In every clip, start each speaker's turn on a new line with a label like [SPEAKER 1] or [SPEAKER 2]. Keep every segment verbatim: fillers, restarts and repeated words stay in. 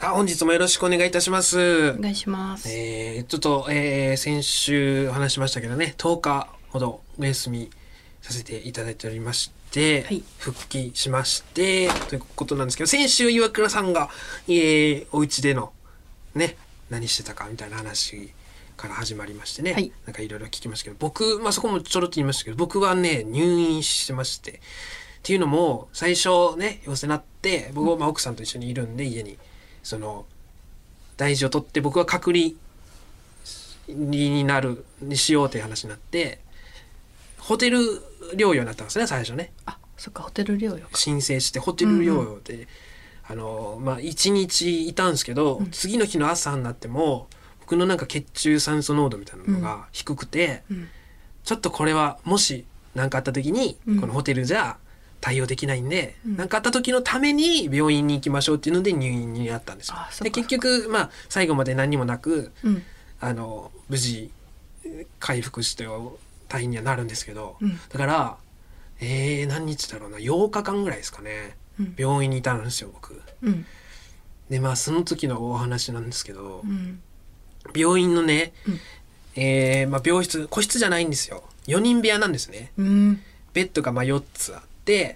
[SPEAKER 1] あ、本日もよろしくお願いいたします。
[SPEAKER 2] お願いします。
[SPEAKER 1] えー、ちょっと、えー、先週話しましたけどね、とおかほどお休みさせていただいておりまして、はい、復帰しましてということなんですけど、先週岩倉さんが、えー、お家でのね何してたかみたいな話から始まりましてね、はい、なんかいろいろ聞きましたけど、僕、まあ、そこもちょろっと言いましたけど、僕はね入院してまして、っていうのも最初ね陽性になって、僕はまあ奥さんと一緒にいるんで、家にその大事を取って、僕は隔離になるにしようという話になって、ホテル療養になったんですね最初ね。
[SPEAKER 2] あ、そっか、ホテル療養か。
[SPEAKER 1] 申請してホテル療養で、うんうん、あのまあいちにちいたんですけど、うん、次の日の朝になっても僕のなんか血中酸素濃度みたいなのが低くて、うん、ちょっとこれはもし何かあった時に、うん、このホテルじゃ対応できないんで、何、うん、かあった時のために病院に行きましょうっていうので入院になったんですよ。で結局まあ最後まで何もなく、うん、あの無事回復して退院にはなるんですけど、うん、だからえー、何日だろうな、ようかかんぐらいですかね、うん、病院にいたんですよ僕、うん、でまあその時のお話なんですけど、うん、病院のね、うん、えーまあ、病室個室じゃないんですよ、よにん部屋なんですね、うん、ベッドがまあよっつあって、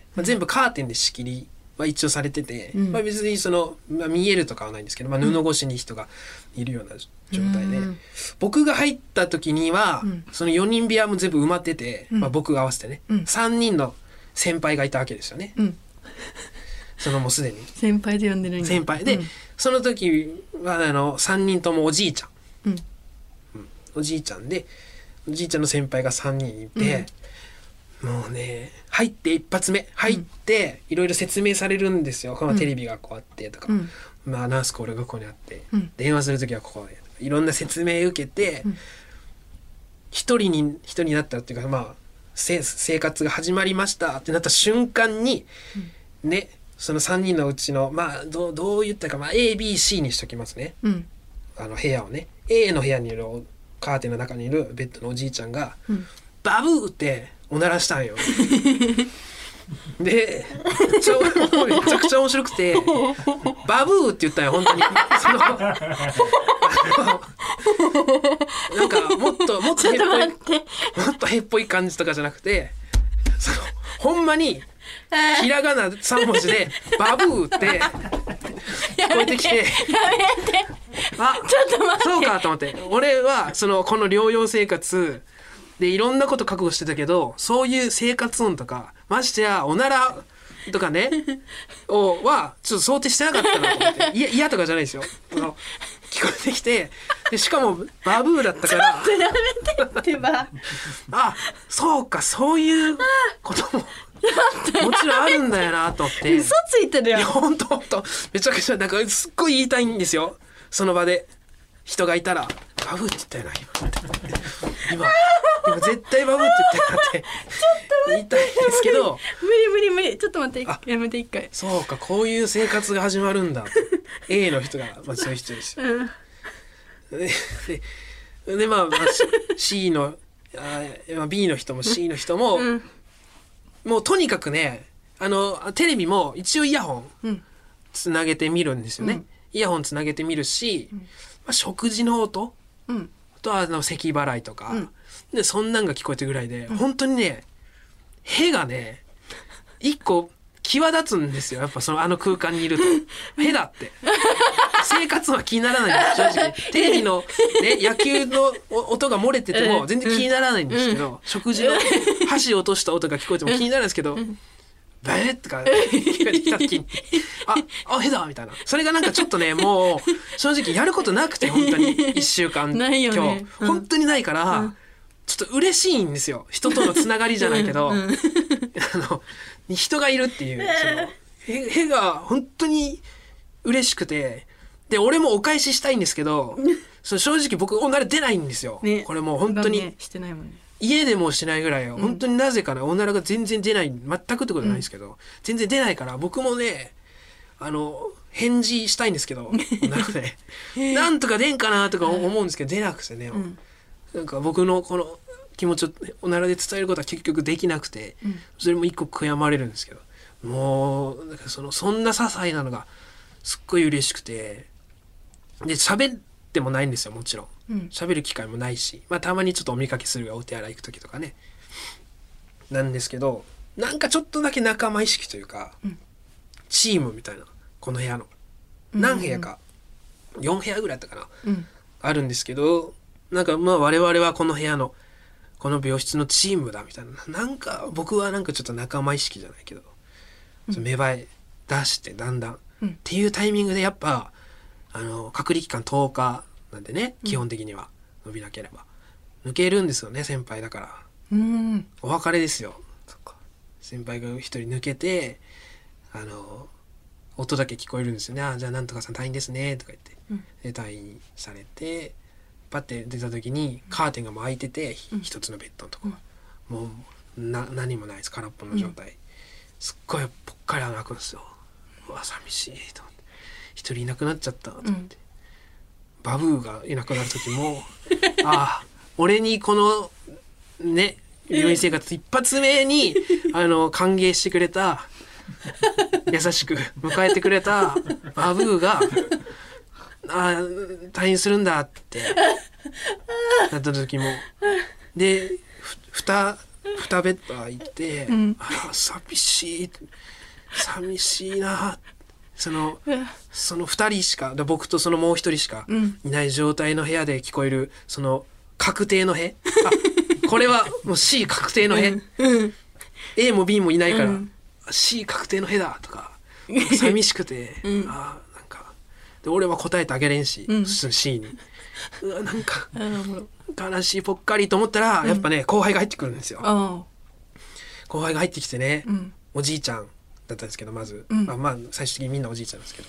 [SPEAKER 1] まあ、全部カーテンで仕切りは一応されてて、うん、まあ、別にその、まあ、見えるとかはないんですけど、まあ、布越しに人がいるような状態で、うん、僕が入った時には、うん、そのよにん部屋も全部埋まってて、うん、まあ、僕が合わせてね、うん、さんにんの先輩がいたわけですよね、うん、そのもうすでに
[SPEAKER 2] 先輩で呼んでるんだ。
[SPEAKER 1] 先輩で、うん、その時はあのさんにんともおじいちゃん、うんうん、おじいちゃんで、おじいちゃんの先輩がさんにんいて、うんもうね入って一発目入っていろいろ説明されるんですよ、このテレビがこうあってとか、うん、まあナースコールがここにあって、うん、電話するときはここでいろんな説明受けて一、うん、人に一人になったっていうか、まあ生活が始まりましたってなった瞬間に、うん、ねそのさんにんのうちのまあどう、どう言ったか、まあ、エービーシー にしときますね、うん、あの部屋をね A の部屋にいるカーテンの中にいるベッドのおじいちゃんが、うん、バブーっておならしたんよでめちゃくちゃ面白くてバブーって言ったんよ本当にそのなんかもっともっとへっぽいもっとへっぽい感じとかじゃなくて、そのほんまにひらがなさんもじでバブーって聞こえてきて、やめてあちょっと待ってそうかと思って、俺はそのこの療養生活でいろんなこと覚悟してたけど、そういう生活音とかましてやおならとかねをはちょっと想定してなかったなと思って、いや嫌とかじゃないですよ、あの聞こえてきて、でしかもバブーだったから
[SPEAKER 2] ちょっとやめてってば
[SPEAKER 1] あそうかそういうことももちろんあるんだよなと思って
[SPEAKER 2] 嘘ついてるよ。
[SPEAKER 1] いやほんとほんとめちゃくちゃなんかすっごい言いたいんですよ、その場で人がいたらバブーって言ったよな今今今絶対バブーって言ったよなって言いたいんですけど
[SPEAKER 2] 無理無理無理ちょっと待ってやめて一回。
[SPEAKER 1] そうかこういう生活が始まるんだA の人が、まあ、そういう人ですよ、うん、で, で, でまあ、まあ、C のあ B の人も C の人も、うん、もうとにかくねあのテレビも一応イヤホンつなげてみるんですよね、うん、イヤホンつなげてみるし、うんまあ、食事の音、うん、とあの咳払いとか、うん、でそんなんが聞こえてるぐらいで、うん、本当にね屁がね一個際立つんですよ、やっぱそのあの空間にいると屁だって生活は気にならないんです正直テレビの、ね、野球の音が漏れてても全然気にならないんですけど、うん、食事の箸を落とした音が聞こえても気になるんですけど、うんバーッとか聞こえてきた時にあ、あ、へだみたいな、それがなんかちょっとねもう正直やることなくて本当にいっしゅうかん
[SPEAKER 2] ないよ、ね、
[SPEAKER 1] 今日、うん、本当にないから、うん、ちょっと嬉しいんですよ、人とのつながりじゃないけど、うんうん、あの人がいるっていうそのへが本当に嬉しくて、で俺もお返ししたいんですけどその正直僕おなら出ないんですよ、ね、これもう本当に、ね、
[SPEAKER 2] してないもんね、
[SPEAKER 1] 家でもしないぐらい、うん、本当になぜかなおならが全然出ない、全くってことないですけど、うん、全然出ないから僕もねあの返事したいんですけどおならでなんとか出んかなとか思うんですけど出なくてね、うん、なんか僕のこの気持ちをおならで伝えることは結局できなくて、うん、それも一個悔やまれるんですけど、もうなんかそのそんな些細なのがすっごい嬉しくて、 で喋ってもないんですよ、もちろん。
[SPEAKER 2] うん
[SPEAKER 1] 喋る機会もないし、まあ、たまにちょっとお見かけするがお手洗い行く時とかねなんですけど、なんかちょっとだけ仲間意識というか、
[SPEAKER 2] うん
[SPEAKER 1] チームみたいな、この部屋の何部屋か、よん部屋ぐらいだったかな、
[SPEAKER 2] うん
[SPEAKER 1] あるんですけど、なんかまあ我々はこの部屋のこの病室のチームだみたいな、なんか僕はなんかちょっと仲間意識じゃないけど、
[SPEAKER 2] うん
[SPEAKER 1] 芽生え出してだんだん、
[SPEAKER 2] うん
[SPEAKER 1] っていうタイミングでやっぱあの隔離期間とおかなんでね、
[SPEAKER 2] うん
[SPEAKER 1] 基本的には伸びなければ抜けるんですよね、先輩だから。
[SPEAKER 2] うん
[SPEAKER 1] お別れですよ。
[SPEAKER 2] そっか
[SPEAKER 1] 先輩が一人抜けて、あの音だけ聞こえるんですよね。あ、じゃあなんとかさん退院ですねとか言って、
[SPEAKER 2] うん
[SPEAKER 1] で退院されてパッて出た時にカーテンがもう開いてて、
[SPEAKER 2] うん
[SPEAKER 1] 一つのベッドのところ、もうな何もないです、空っぽの状態、すっごいぽっかり穴開くんですよ。うわ寂しいと思って、一人いなくなっちゃったと思って、
[SPEAKER 2] うん
[SPEAKER 1] バブーがいなくなる時もああ俺にこのね病院生活一発目にあの歓迎してくれた、優しく迎えてくれたバブーがあ退院するんだってなった時もでふた二ベッド空いて、
[SPEAKER 2] うん、
[SPEAKER 1] あ寂しい寂しいな、そのそのふたりしか、僕とそのもうひとりしかいない状態の部屋で聞こえるその確定のへあこれはもう C 確定のへ、
[SPEAKER 2] うん、
[SPEAKER 1] A も B もいないから、
[SPEAKER 2] うん、
[SPEAKER 1] C 確定のへだとか寂しくて、うん、あなんかで俺は答えてあげれんし、うん、C にうわなんか悲しいぽっかりと思ったら、うん、やっぱね後輩が入ってくるんですよ。後輩が入ってきてね、うん、おじいちゃんだったんですけど、まず、うん、まあ、まあ最終的にみんなおじいちゃんですけど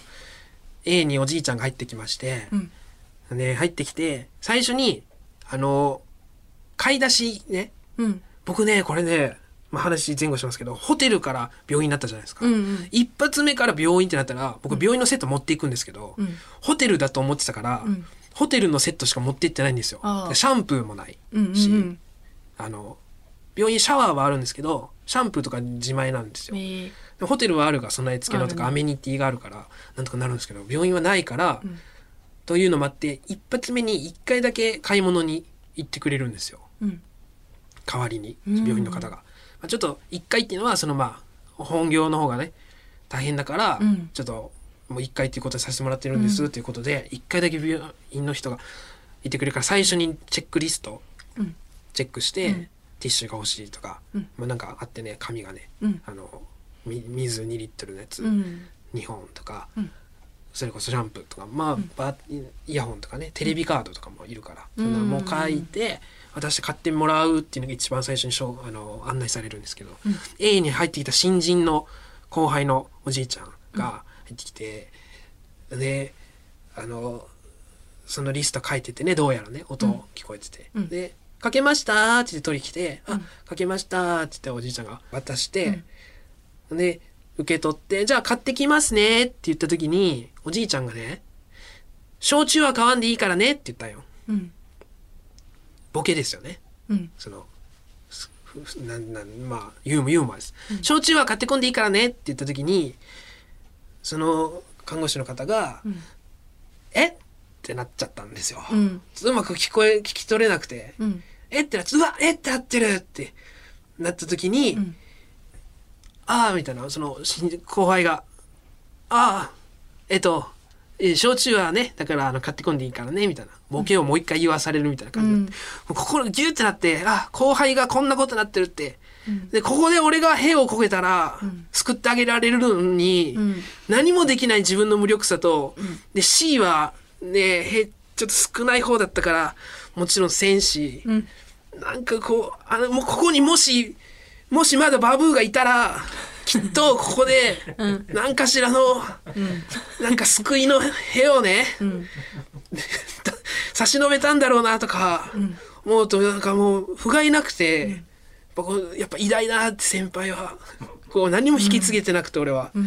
[SPEAKER 1] A におじいちゃんが入ってきまして、うん、ね、入ってきて最初にあの買い出しね、うん、僕ねこれね、まあ、話前後しますけどホテルから病院になったじゃないですか、うんうん、一発目から病院ってなったら僕病院のセット持っていくんですけど、うん、ホテルだと思ってたから、うん、ホテルのセットしか持っていってないんですよ。シャンプーもないし、うんうんうん、あの病院シャワーはあるんですけどシャンプーとか自前なんですよ、えー、ホテルはあるが備え付けのとかアメニティがあるからなんとかなるんですけど、病院はないから、うん、というのもあって一発目に一回だけ買い物に行ってくれるんですよ、うん、代わりに病院の方が、うん、まあ、ちょっと一回っていうのはそのまあ本業の方がね大変だから、うん、ちょっともう一回っていうことでさせてもらってるんです、うん、ということで一回だけ病院の人がいてくれるから最初にチェックリストチェックして、うん、ティッシュが欲しいとか、うん、まあ、なんかあってね紙がね、うん、あの水にリットルのやつ、うん、にほんとか、うん、それこそシャンプーとか、まあ、うん、バイヤホンとかねテレビカードとかもいるから、うん、そんなもう書いて渡して買ってもらうっていうのが一番最初にしょあの案内されるんですけど、うん、A に入ってきた新人の後輩のおじいちゃんが入ってきて、うん、であのそのリスト書いててね、どうやらね音聞こえてて、うん、でかけましたって言って取り来て、うん、あかけましたって言っておじいちゃんが渡して、うん、で受け取ってじゃあ買ってきますねって言った時におじいちゃんがね焼酎は買わんでいいからねって言ったよ、うん、ボケですよね、うん、そのなんなんまあユーモユーモアです、うん、焼酎は買ってこんでいいからねって言った時にその看護師の方が、うん、えってなっちゃったんですよ、うん、うまく聞こえ聞き取れなくて、うん、えってなってうわえってなってるってなった時に、うん、ああみたいなその後輩がああえっと焼酎はねだからあの買ってこんでいいからねみたいなボケをもう一回言わされるみたいな感じで、うん、もう心ギュってなってあ後輩がこんなことなってるって、うん、でここで俺が兵をこけたら、うん、救ってあげられるのに、うん、何もできない自分の無力さと、うん、で C はねへちょっと少ない方だったからもちろん戦士、うん、なんかこうあのもうここにもしもしまだバブーがいたらきっとここで何かしらの、うん、なんか救いの手をね、うん、差し伸べたんだろうなとか思うとなんかもう不甲斐なくて、うん、やっぱ偉大だなって先輩はこう何も引き継げてなくて俺は、うん、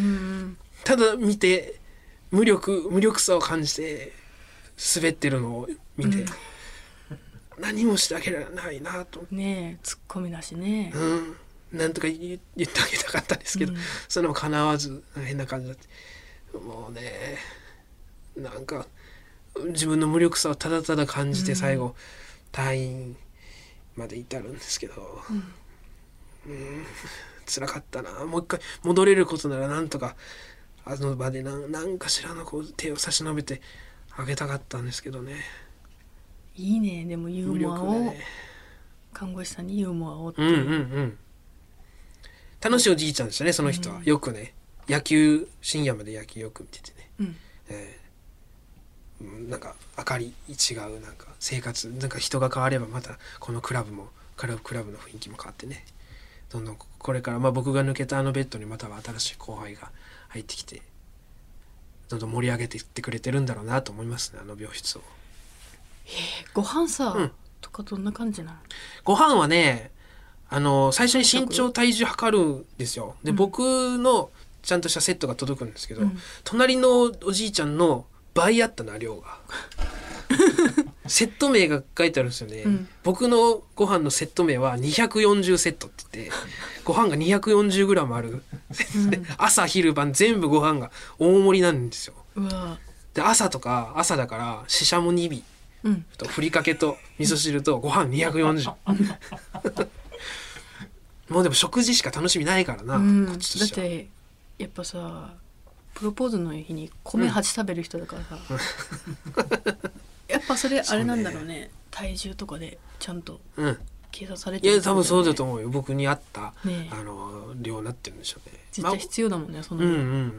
[SPEAKER 1] ただ見て無力無力さを感じて滑ってるのを見て、うん、何もしてあげられないなと
[SPEAKER 2] ねえツッコミだしね、
[SPEAKER 1] うんなんとか言ってあげたかったんですけど、うん、それも叶わず変な感じだってもうねなんか自分の無力さをただただ感じて最後、うん、退院まで至るんですけど、うん、うん辛かったな。もう一回戻れることならなんとかあの場で何なんかしらのこう手を差し伸べてあげたかったんですけどね。
[SPEAKER 2] いいね。でもユーモアを、ね、看護師さんにユーモアをっていう、
[SPEAKER 1] うんうんうん、楽しいおじいちゃんでしたねその人は、うん、よくね野球深夜まで野球よく見ててね、うんえー、なんか明かり違うなんか生活なんか人が変わればまたこのクラブもクラブクラブの雰囲気も変わってねどんどんこれから、まあ、僕が抜けたあのベッドにまたは新しい後輩が入ってきてどんどん盛り上げていってくれてるんだろうなと思いますねあの病室を。
[SPEAKER 2] へえご飯さ、うん、とかどんな感じなの？
[SPEAKER 1] ご飯はねあの最初に身長体重測るんですよ。で、うん、僕のちゃんとしたセットが届くんですけど、うん、隣のおじいちゃんの倍あったな量がセット名が書いてあるんですよね、うん、僕のご飯のセット名はにひゃくよんじゅうセットって言ってご飯が にひゃくよんじゅうグラム ある、うん、朝昼晩全部ご飯が大盛りなんですよ。うわで朝とか朝だからししゃもに尾、うん、とふりかけと味噌汁とご飯にひゃくよんじゅうもうでも食事しか楽しみないからな、うん、こっちとしては。だって
[SPEAKER 2] やっぱさプロポーズの日に米はち食べる人だからさ、うん、やっぱそれあれなんだろうね、ね体重とかでちゃんと計算されてる、
[SPEAKER 1] ね、いや多分そうだと思うよ。僕に合った、ね、あの量になってるんでしょうね。
[SPEAKER 2] 絶対必要だもんね、まあ、その、
[SPEAKER 1] うんうん、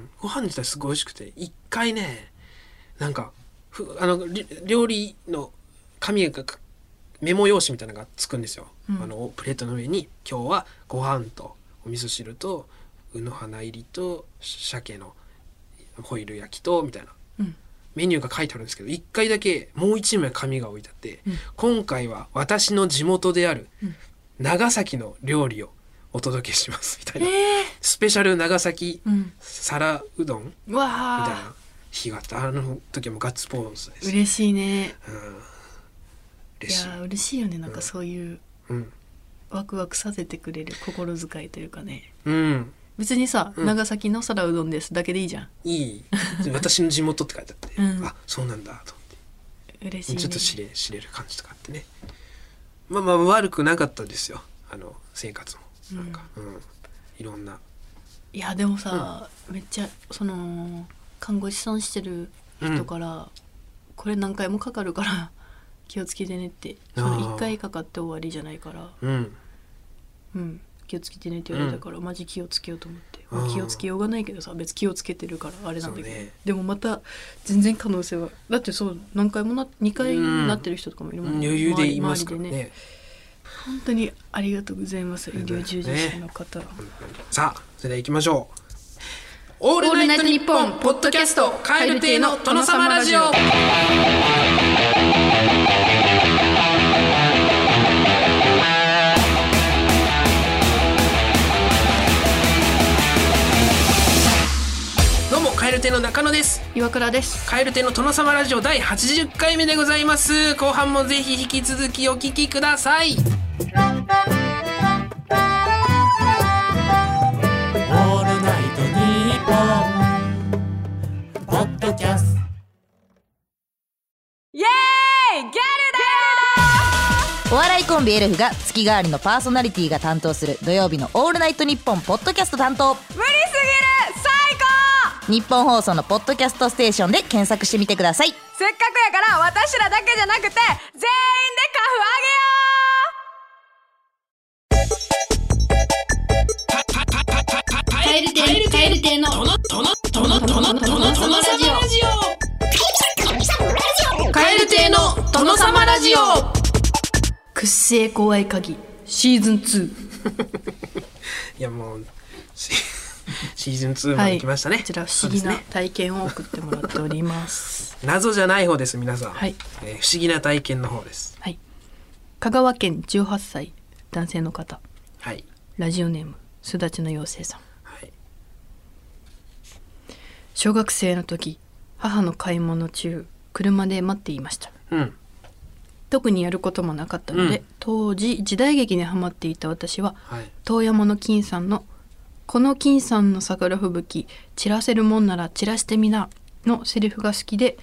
[SPEAKER 1] ご飯自体すごい美味しくて一回ねなんかふあの料理の紙がメモ用紙みたいなのがつくんですよ、うん、あのプレートの上に今日はご飯とお味噌汁とうの花入りと鮭のホイル焼きとみたいな、うん、メニューが書いてあるんですけど一回だけもう一枚紙が置いてあって、うん、今回は私の地元である長崎の料理をお届けしますみたいな、えー、スペシャル長崎皿うどん、うん、みたいな日があってあの時もガッツポーズです。
[SPEAKER 2] 嬉しいね、
[SPEAKER 1] うん、
[SPEAKER 2] 嬉しい。いや嬉しいよねなんかそういう、うん、ワクワクさせてくれる心遣いというかね、うん、別にさ、うん、長崎の皿うどんですだけでいいじゃん。
[SPEAKER 1] いい私の地元って書いてあって、うん、あそうなんだと思って
[SPEAKER 2] 嬉しい、ね、
[SPEAKER 1] ちょっと知れ知れる感じとかあってねまあまあ悪くなかったですよあの生活もなんか、うんうん、いろんな。
[SPEAKER 2] いやでもさ、うん、めっちゃその看護師さんしてる人から、うん、これ何回もかかるから気をつけてねってそのいっかいかかって終わりじゃないから、うん、うん、気をつけてねって言われたから、うん、マジ気をつけようと思って、まあ、気をつけようがないけどさ別に気をつけてるからあれなんだけど、ね、でもまた全然可能性はだってそう何回もなにかいなってる人とかもいるもん、
[SPEAKER 1] うん、余裕でいますからね。
[SPEAKER 2] ね本当にありがとうございます医療従事者の方、ね、
[SPEAKER 1] さあそれでは行きましょう。オールナイトニッポンポッドキャスト蛙亭の殿様ラジオ。どうも蛙亭の中野です。
[SPEAKER 2] 岩倉です。
[SPEAKER 1] 蛙亭の殿様ラジオだいはちじゅっかいめでございます。後半もぜひ引き続きお聞きください。
[SPEAKER 3] ポッドキャストイエーイギャルだよ
[SPEAKER 4] お笑いコンビエルフが月替わりのパーソナリティが担当する土曜日のオールナイトニッポンポッドキャスト担当。
[SPEAKER 3] 無理すぎる最高。
[SPEAKER 4] 日本放送のポッドキャストステーションで検索してみてください。
[SPEAKER 3] せっかくやから私らだけじゃなくて全員でカフ
[SPEAKER 2] あげよう。蛙亭の殿様ラジオ。
[SPEAKER 1] 蛙亭の殿様ラジオ。
[SPEAKER 2] くっせえ怖い鍵シーズンツ
[SPEAKER 1] ーいやもうシーズンツーまで来ましたね、
[SPEAKER 2] はい、こちら不思議な体験を送ってもらっております。
[SPEAKER 1] 謎じゃない方です皆さん、
[SPEAKER 2] はい
[SPEAKER 1] えー、不思議な体験の方です、
[SPEAKER 2] はい、香川県じゅうはっさい男性の方、
[SPEAKER 1] はい、
[SPEAKER 2] ラジオネームすだちの妖精さん、はい、小学生の時母の買い物中車で待っていました、うん、特にやることもなかったので、うん、当時時代劇にハマっていた私は、はい、遠山の金さんのこの金さんの桜吹雪散らせるもんなら散らしてみなのセリフが好きで、うん、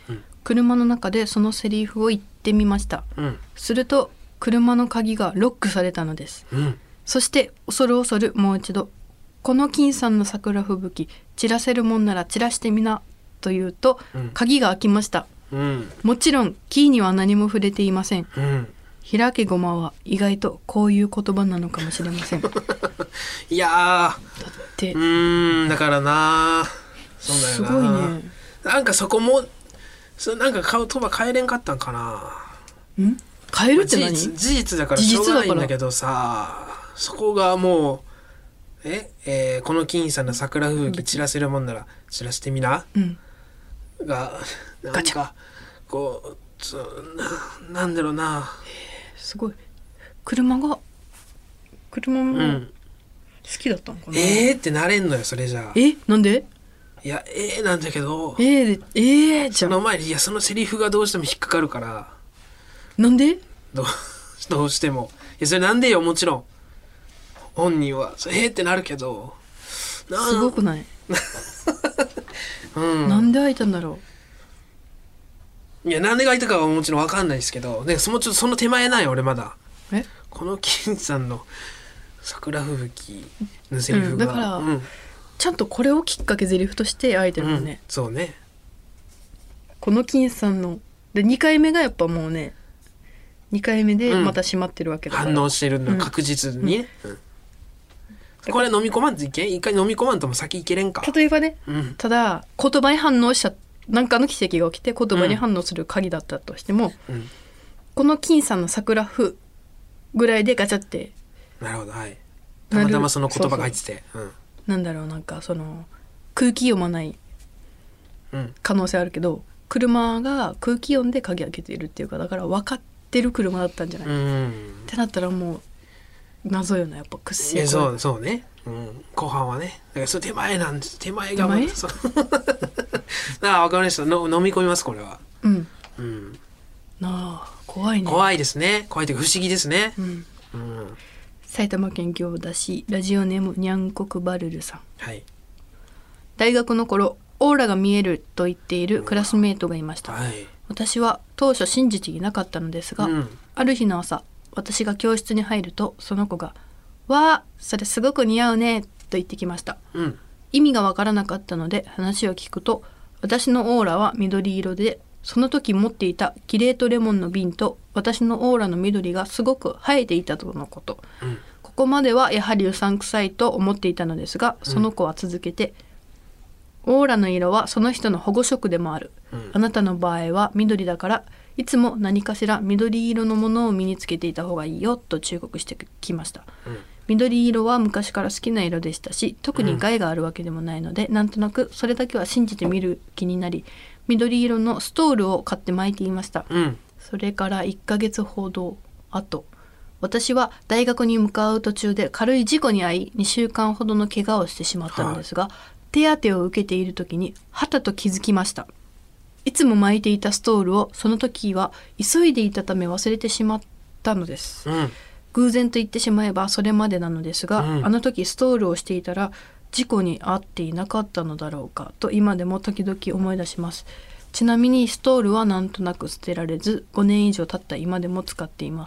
[SPEAKER 2] 車の中でそのセリフを言ってみました、
[SPEAKER 1] うん、
[SPEAKER 2] すると車の鍵がロックされたのです、
[SPEAKER 1] うん、
[SPEAKER 2] そして恐る恐るもう一度この金さんの桜吹雪散らせるもんなら散らしてみなと言うと、うん、鍵が開きました、うん、もちろんキーには何も触れていません、うん、開けごまは意外とこういう言葉なのかもしれません
[SPEAKER 1] いやーだってうーんだからなそうだよな
[SPEAKER 2] すごいね
[SPEAKER 1] なんかそこもそなんか言葉変えれんかったんかなん
[SPEAKER 2] 変えるって何、
[SPEAKER 1] まあ、事実、事実だからしょうがないんだけどさそこがもうえ、えー、この金さんの桜吹雪散らせるもんなら散らしてみな、うん、がなんかこう な, なんだろうな
[SPEAKER 2] すごい車が車も好きだったのかな、
[SPEAKER 1] うん、えーってなれんのよそれじゃあ
[SPEAKER 2] えなんで
[SPEAKER 1] いやえーなんだけど
[SPEAKER 2] えーでえーじゃ
[SPEAKER 1] その前にいやそのセリフがどうしても引っかかるから
[SPEAKER 2] なんで
[SPEAKER 1] どうどうしてもいやそれなんでよもちろん本人はえーってなるけど
[SPEAKER 2] すごくない、
[SPEAKER 1] うん、
[SPEAKER 2] なんで開いたんだろ
[SPEAKER 1] ういやなんで開いたかはもちろん分かんないですけどでそのちょっとその手前ない俺まだ
[SPEAKER 2] え
[SPEAKER 1] この金さんの桜吹雪のセリフが、
[SPEAKER 2] うん、だから、
[SPEAKER 1] うん、
[SPEAKER 2] ちゃんとこれをきっかけセリフとして開いてるもんね、
[SPEAKER 1] うん、そうね
[SPEAKER 2] この金さんのでにかいめがやっぱもうねにかいめでまた閉まってるわけだから、
[SPEAKER 1] うん、反応してるの確実にね、うんうんこれ飲み込まんといけん一回飲み込まんとも先いけれんか
[SPEAKER 2] 例えばね、
[SPEAKER 1] うん、
[SPEAKER 2] ただ言葉に反応した何かの奇跡が起きて言葉に反応する鍵だったとしても、うん、この金さんの桜風ぐらいでガチャって
[SPEAKER 1] なるほどはいたまたまその言葉が入ってて
[SPEAKER 2] そうそう、うん、なんだろうなんかその空気読まない可能性あるけど、うん、車が空気読んで鍵開けてるっていうかだから分かってる車だったんじゃない、うん、ってなったらもう謎よなやっぱくっせえ
[SPEAKER 1] そうそうね、うん、後半はねだからそれ手前なんです手前がまたそうああ分かりましたの飲み込みますこれはうん、うん、
[SPEAKER 2] なあ怖いね
[SPEAKER 1] 怖いですね怖いというか不思議ですね、うん
[SPEAKER 2] うん、埼玉県行田市ラジオネームにゃんこくバルルさん、はい、大学の頃オーラが見えると言っているクラスメートがいました、はい、私は当初信じていなかったのですが、うん、ある日の朝私が教室に入るとその子が「わあそれすごく似合うね」と言ってきました、うん、意味がわからなかったので話を聞くと私のオーラは緑色でその時持っていたキレートレモンの瓶と私のオーラの緑がすごく映えていたとのこと、うん、ここまではやはりうさんくさいと思っていたのですがその子は続けて、うん、オーラの色はその人の保護色でもある、うん、あなたの場合は緑だからいつも何かしら緑色のものを身につけていた方がいいよと忠告してきました、うん、緑色は昔から好きな色でしたし特に害があるわけでもないので、うん、なんとなくそれだけは信じてみる気になり緑色のストールを買って巻いていました、うん、それからいっかげつほど後私は大学に向かう途中で軽い事故に遭いにしゅうかんほどの怪我をしてしまったのですが、はい、手当てを受けている時にはたと気づきました。いつも巻いていたストールをその時は急いでいたため忘れてしまったのです、うん、偶然と言ってしまえばそれまでなのですが、うん、あの時ストールをしていたら事故に遭っていなかったのだろうかと今でも時々思い出します。ちなみにストールはなんとなく捨てられずごねん以上経った今でも使っています、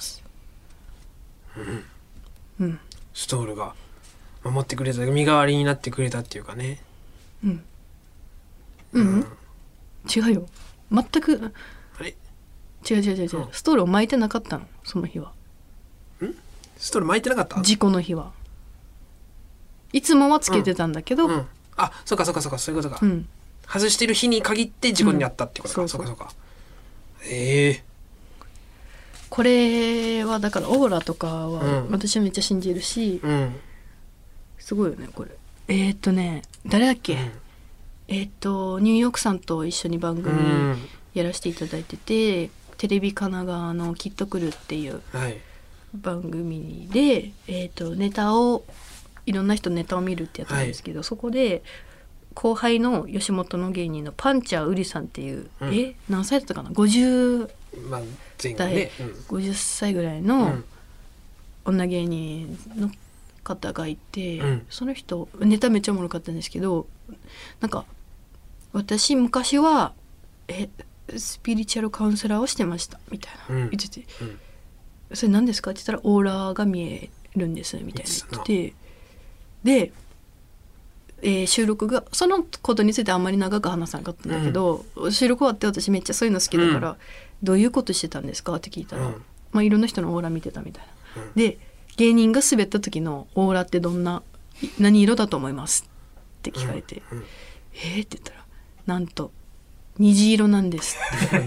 [SPEAKER 1] うんうん、ストールが守ってくれた身代わりになってくれたっていうかね
[SPEAKER 2] うんうん、うん違うよ全く
[SPEAKER 1] あれ
[SPEAKER 2] 違う違う違う違う、うん、ストールを巻いてなかったのその日は
[SPEAKER 1] んストール巻いてなかった
[SPEAKER 2] 事故の日はいつもはつけてたんだけど、うんうん、
[SPEAKER 1] あそうかそうかそうかそういうことか、うん、外してる日に限って事故にあったってことか、
[SPEAKER 2] うん、
[SPEAKER 1] そうかそうかええー、
[SPEAKER 2] これはだからオーラとかは私めっちゃ信じるし、うん、すごいよねこれえー、っとね誰だっけ、うんえー、とニューヨークさんと一緒に番組やらせていただいてて、うん、テレビ神奈川の「きっと来る」っていう番組で、はい、えー、とネタをいろんな人ネタを見るってやつなんですけど、はい、そこで後輩の吉本の芸人のパンチャーウリさんっていう、うん、え何歳だったかなごじゅう代、ねうん、ごじゅっさいぐらいの女芸人の方がいて、うん、その人ネタめっちゃおもろかったんですけどなんか私昔はえスピリチュアルカウンセラーをしてましたみたいな、
[SPEAKER 1] うん、
[SPEAKER 2] 言ってて、
[SPEAKER 1] うん、
[SPEAKER 2] それ何ですかって言ったらオーラが見えるんですみたいな言ってて、で、えー、収録がそのことについてあんまり長く話さなかったんだけど、うん、収録終わって私めっちゃそういうの好きだから、うん、どういうことしてたんですかって聞いたら、うん、まあ、いろんな人のオーラ見てたみたいな、うん、で芸人が滑った時のオーラってどんな何色だと思いますって聞かれて、うんうん、えー、って言ったらなんと虹色なんですって、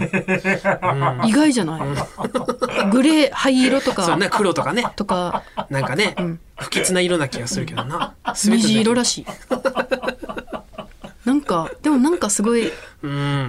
[SPEAKER 2] 意外じゃない、うん、グレー灰色とか
[SPEAKER 1] そう、ね、黒とかね
[SPEAKER 2] とか
[SPEAKER 1] なんかね、うん、不吉な色な気がするけどな
[SPEAKER 2] 虹色らしいなんかでもなんかすごい、
[SPEAKER 1] うん、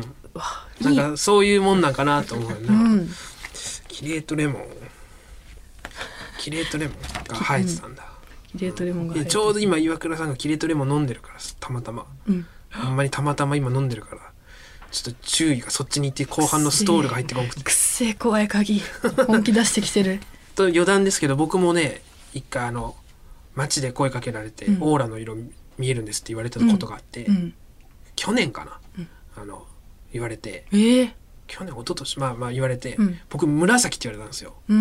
[SPEAKER 1] なんかそういうもんなんかなと思うよな、うん、キレートレモンキレートレモンが生えてたんだ、
[SPEAKER 2] うん、キレートレモンが生えてた。
[SPEAKER 1] ちょうど今岩倉さんがキレートレモン飲んでるからたまたま、うん、あんまりたまたま今飲んでるからちょっと注意がそっちに行って後半のストールが入ってこなくて
[SPEAKER 2] くっせえ怖い鍵本気出してきてる
[SPEAKER 1] と余談ですけど僕もね一回あの街で声かけられて、うん、オーラの色見えるんですって言われたことがあって、うん、去年かな、うん、あの言われて、
[SPEAKER 2] えー、
[SPEAKER 1] 去年一昨年まあまあ言われて、
[SPEAKER 2] うん、
[SPEAKER 1] 僕紫って言われたんですよ、
[SPEAKER 2] うん、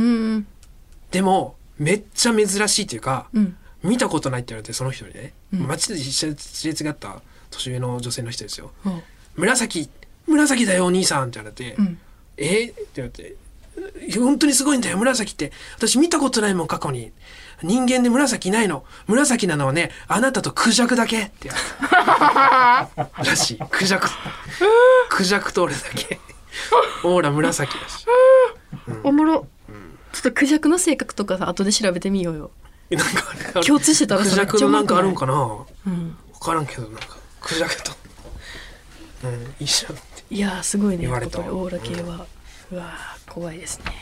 [SPEAKER 1] でもめっちゃ珍しいっていうか、
[SPEAKER 2] うん、
[SPEAKER 1] 見たことないって言われてその人にね、うん、街で一緒にすれ違った年上の女性の人ですよ、うん、紫紫だよお兄さんって言われて、うん、えー、って言われて本当にすごいんだよ紫って私見たことないもん過去に人間で紫ないの紫なのはねあなたとクジャクだけって言われてらしいクジャククジャクと俺だけオーラ紫だし、
[SPEAKER 2] うん、おもろ、うん、ちょっとクジャクの性格とかさ後で調べてみようよ
[SPEAKER 1] なんかあれ
[SPEAKER 2] 共通してたら
[SPEAKER 1] クジャクのなんかあるんかな、
[SPEAKER 2] うん、
[SPEAKER 1] 分からんけどなんかクジャクと、うん、一緒
[SPEAKER 2] いやすごいね
[SPEAKER 1] 言われた
[SPEAKER 2] オーラ系は、うん、うわ怖いですね。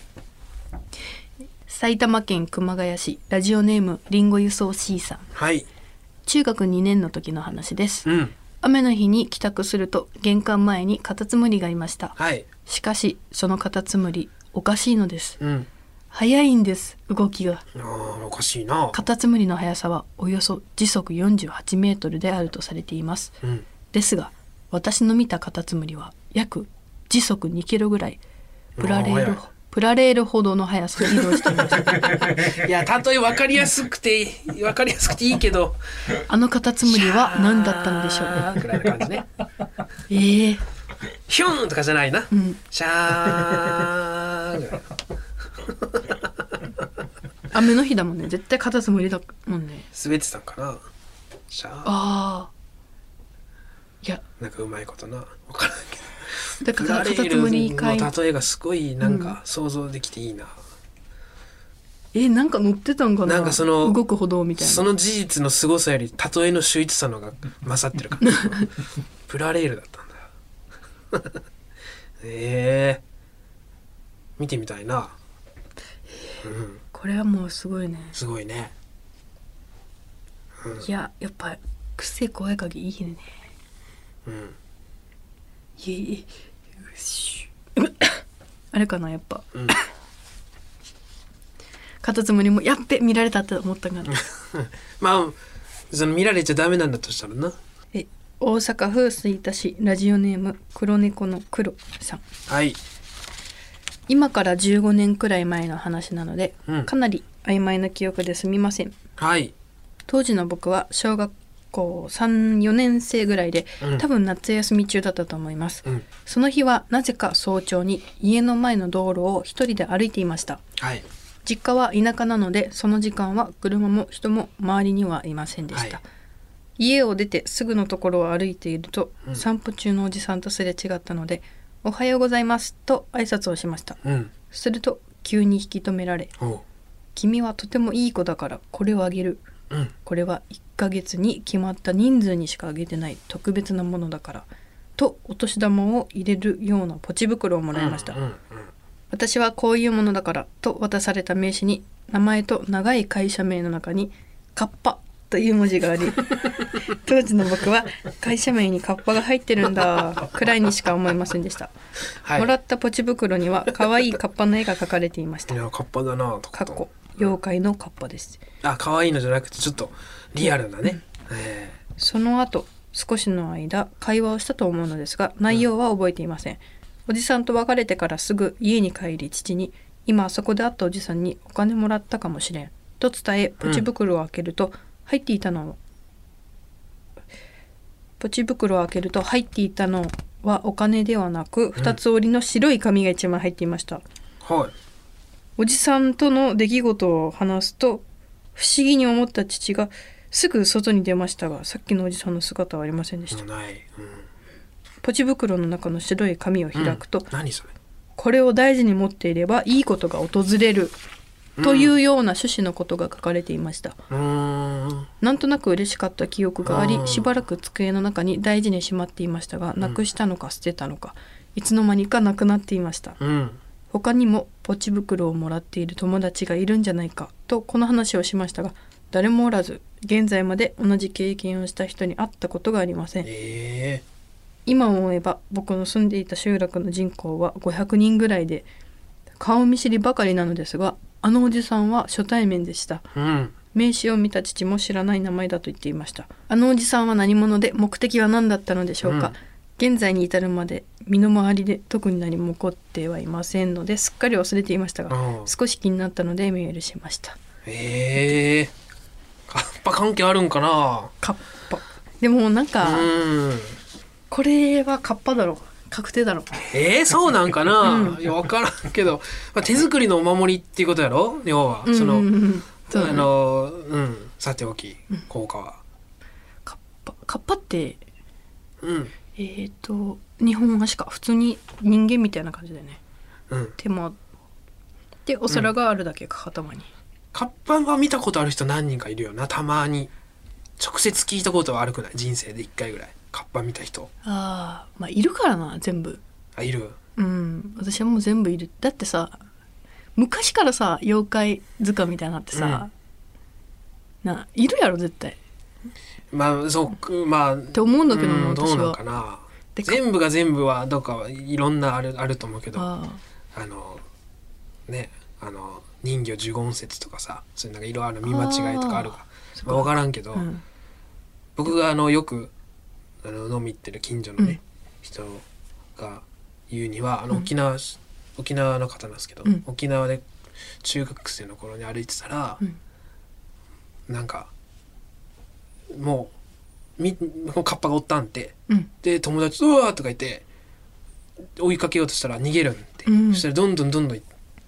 [SPEAKER 2] 埼玉県熊谷市ラジオネームりんご輸送 C さん、
[SPEAKER 1] はい、
[SPEAKER 2] 中学にねんの時の話です、
[SPEAKER 1] うん、
[SPEAKER 2] 雨の日に帰宅すると玄関前にカタツムリがいました、
[SPEAKER 1] はい、
[SPEAKER 2] しかしそのカタツムリおかしいのです、
[SPEAKER 1] うん、
[SPEAKER 2] 速いんです動きが。
[SPEAKER 1] あおかしいな。
[SPEAKER 2] カタツムリの速さはおよそ時速よんじゅうはちメートルであるとされています、
[SPEAKER 1] うん、
[SPEAKER 2] ですが私の見たカタツムリは約時速にキロぐらいプラレールプラレールほどの速さで移動していました
[SPEAKER 1] いや例え分かりやすくて分かりやすくていいけど
[SPEAKER 2] あのカタツムリは何だったのでしょうか
[SPEAKER 1] くらいな感じね
[SPEAKER 2] えー、
[SPEAKER 1] ヒューンとかじゃないな、
[SPEAKER 2] うん、
[SPEAKER 1] シャーぐらい
[SPEAKER 2] 雨の日だもんね絶対カタツムリだもんね。
[SPEAKER 1] 滑ってたんかなシャー
[SPEAKER 2] あいや
[SPEAKER 1] なんかうまいことな分からんけど
[SPEAKER 2] だからカタツムリ
[SPEAKER 1] の例えがすごいなんか想像できていいな、うん、
[SPEAKER 2] えなんか乗ってたんかな
[SPEAKER 1] なんかその
[SPEAKER 2] 動く歩道みたいな
[SPEAKER 1] その事実の凄さより例えの秀逸さのが勝ってるからプラレールだったんだえー、見てみたいな、うん、
[SPEAKER 2] これはもうすごいね
[SPEAKER 1] すごいね、
[SPEAKER 2] うん、いややっぱくせえ怖い鍵いいね
[SPEAKER 1] うん
[SPEAKER 2] いあれかなやっぱ、うん、カタツムリもやっべ見られたって思ったかな
[SPEAKER 1] まあその見られちゃダメなんだとしたらな。
[SPEAKER 2] え大阪府吹田市ラジオネーム黒猫の黒さん、
[SPEAKER 1] はい、
[SPEAKER 2] 今からじゅうごねんくらい前の話なので、
[SPEAKER 1] うん、
[SPEAKER 2] かなり曖昧な記憶ですみません、
[SPEAKER 1] はい、
[SPEAKER 2] 当時の僕は小学校さん、よねん生ぐらいで、うん、多分夏休み中だったと思います、
[SPEAKER 1] うん、
[SPEAKER 2] その日はなぜか早朝に家の前の道路を一人で歩いていました、
[SPEAKER 1] はい、
[SPEAKER 2] 実家は田舎なのでその時間は車も人も周りにはいませんでした、はい、家を出てすぐのところを歩いていると、うん、散歩中のおじさんとすれ違ったのでおはようございますと挨拶をしました、
[SPEAKER 1] うん、
[SPEAKER 2] すると急に引き止められ君はとてもいい子だからこれをあげる、
[SPEAKER 1] うん、
[SPEAKER 2] これはいっかげつに決まった人数にしかあげてない特別なものだからとお年玉を入れるようなポチ袋をもらいました、
[SPEAKER 1] うんうんうん、
[SPEAKER 2] 私はこういうものだからと渡された名刺に名前と長い会社名の中にカッパという文字があり当時の僕は会社名にカッパが入ってるんだくらいにしか思いませんでした、はい、もらったポチ袋には可愛いカッパの絵が描かれていました。
[SPEAKER 1] いやカッパだなと
[SPEAKER 2] かっこ妖怪のカッパです、
[SPEAKER 1] あ可愛いのじゃなくてちょっとリアルなね、
[SPEAKER 2] うんえー、その後少しの間会話をしたと思うのですが内容は覚えていません、うん、
[SPEAKER 5] おじさんと別れてからすぐ家に帰り、父に今そこで会ったおじさんにお金もらったかもしれんと伝え、ポチ袋を開けると、うん、入っていたのポチ袋を開けると入っていたのはお金ではなく、二つ折りの白い紙が一枚入っていました、
[SPEAKER 1] うん、はい。
[SPEAKER 5] おじさんとの出来事を話すと不思議に思った父がすぐ外に出ましたが、さっきのおじさんの姿はありませんでした。
[SPEAKER 1] ない、うん、
[SPEAKER 5] ポチ袋の中の白い紙を開くと、うん、
[SPEAKER 1] 何それ、
[SPEAKER 5] これを大事に持っていればいいことが訪れるというような趣旨のことが書かれていました、うん、なんとなく嬉しかった記憶があり、しばらく机の中に大事にしまっていましたが、なくしたのか捨てたのか、いつの間にかなくなっていました、うん、他にもポチ袋をもらっている友達がいるんじゃないかとこの話をしましたが、誰もおらず、現在まで同じ経験をした人に会ったことがありません、えー、今思えば僕の住んでいた集落の人口はごひゃくにんぐらいで、顔見知りばかりなのですが、あのおじさんは初対面でした、うん、名刺を見た父も知らない名前だと言っていました。あのおじさんは何者で、目的は何だったのでしょうか、うん、現在に至るまで身の回りで特に何も起こってはいませんので、すっかり忘れていましたが、少し気になったのでメールしました。
[SPEAKER 1] えーカッパ関係あるんかな。
[SPEAKER 5] カッパでもなんか、うん、これはカッパだろ、確定だろ。
[SPEAKER 1] えー、そうなんかな、うん、いや分からんけど、まあ、手作りのお守りっていうことやろ、要は、うんうんうん、その、そうだね、あの、うん、さておき効果は、うん、
[SPEAKER 5] カッパカッパって、うん、えーと日本足か、普通に人間みたいな感じだよね、うん、手もでお皿があるだけか、うん、頭に。
[SPEAKER 1] カッパは見たことある人何人かいるよな、たまに。直接聞いたことは悪くない、人生でいっかいぐらいカッパ見た人。
[SPEAKER 5] ああ、まあいるからな、全部。
[SPEAKER 1] あ、いる。
[SPEAKER 5] うん、私はもう全部いる。だってさ、昔からさ、妖怪図鑑みたいになってさ、うん、ないるやろ絶対。
[SPEAKER 1] まあそうまあ
[SPEAKER 5] って思うんだけどな、私は。
[SPEAKER 1] どうなんかな。全部が全部はどうかはいろんなあるあると思うけど、あ, あのね、あの人魚呪言説とかさ、そういうなんか色ある見間違いとかあるか、まあ、分からんけど、うん、僕があのよくあの飲み行ってる近所のね、うん、人が言うには、あの沖縄、うん、沖縄の方なんですけど、うん、沖縄で中学生の頃に歩いてたら、うん、なんかもうみカッパがおったんって、うん、で友達とうわーとか言って追いかけようとしたら逃げるんって、うん、そしたらどんどんどんどん行って、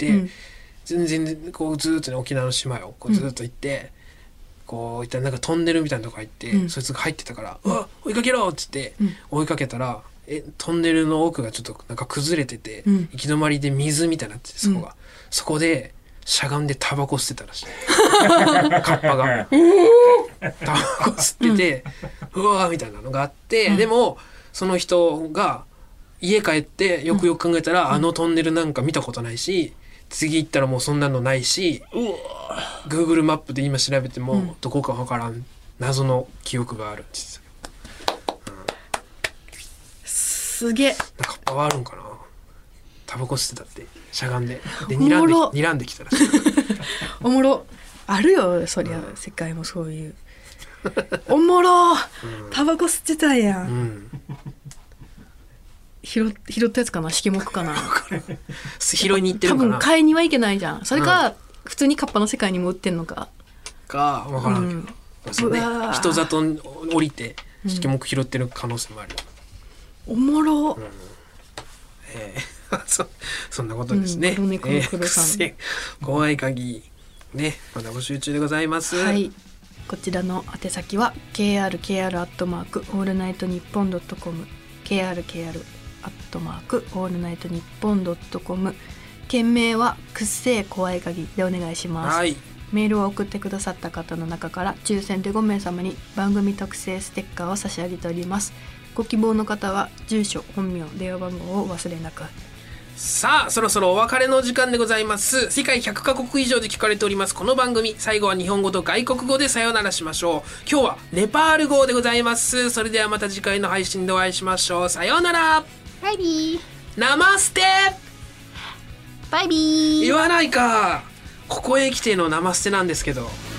[SPEAKER 1] うん、全然こうずっとね沖縄の島をこうずっと行って、うん、こういったなんかトンネルみたいなとこ入って、うん、そいつが入ってたから「うわ追いかけろ!」っつって、うん、追いかけたらえトンネルの奥がちょっとなんか崩れてて、うん、行き止まりで水みたいになってて、そこが、うん、そこでしゃがんでタバコ吸ってたらしいカッパがタバコ吸ってて、うん、うわーみたいなのがあって、うん、でもその人が家帰ってよくよく考えたら、うん、あのトンネルなんか見たことないし、次行ったらもうそんなのないし、Google マップで今調べても、うん、どこかわからん謎の記憶があるって言ってた、うん、
[SPEAKER 5] すげえ。
[SPEAKER 1] カッパはあるんかな。タバコ吸ってたってしゃがんでで睨んで睨んできたらしい
[SPEAKER 5] おもろあるよそりゃ、うん、世界もそういうおもろ、うん、タバコ吸ってたんや、うん、拾, 拾ったやつかな、色目かな
[SPEAKER 1] 拾いに行ってるのかな。
[SPEAKER 5] 多分買いにはいけないじゃん。それか、うん、普通にカッパの世界にも売ってんのか
[SPEAKER 1] か分からんけど、うん、そうね、人里降りて色目拾ってる可能性もあるよ、
[SPEAKER 5] うん、おもろ、うん、
[SPEAKER 1] えーそ, そんなことですね、うん、黒猫の黒さん、えー、怖い鍵ね、まだ募集中でございます。
[SPEAKER 5] はい、こちらの宛先は ケーアールケーアール アットマークオールナイトニッポンドットコム ケーアールケーアール アットマークオールナイトニッポンドットコム、件名はくっせえ怖い鍵でお願いします。はい、メールを送ってくださった方の中から抽選でごめいさまに番組特製ステッカーを差し上げております。ご希望の方は住所、本名、電話番号をお忘れなく。
[SPEAKER 1] さあそろそろお別れの時間でございます。世界ひゃくカ国以上で聞かれておりますこの番組、最後は日本語と外国語でさよならしましょう。今日はネパール語でございます。それではまた次回の配信でお会いしましょう。さようなら。
[SPEAKER 3] バイビー。
[SPEAKER 1] ナマステ。
[SPEAKER 3] バイビー。
[SPEAKER 1] 言わないか、ここへ来てのナマステなんですけど。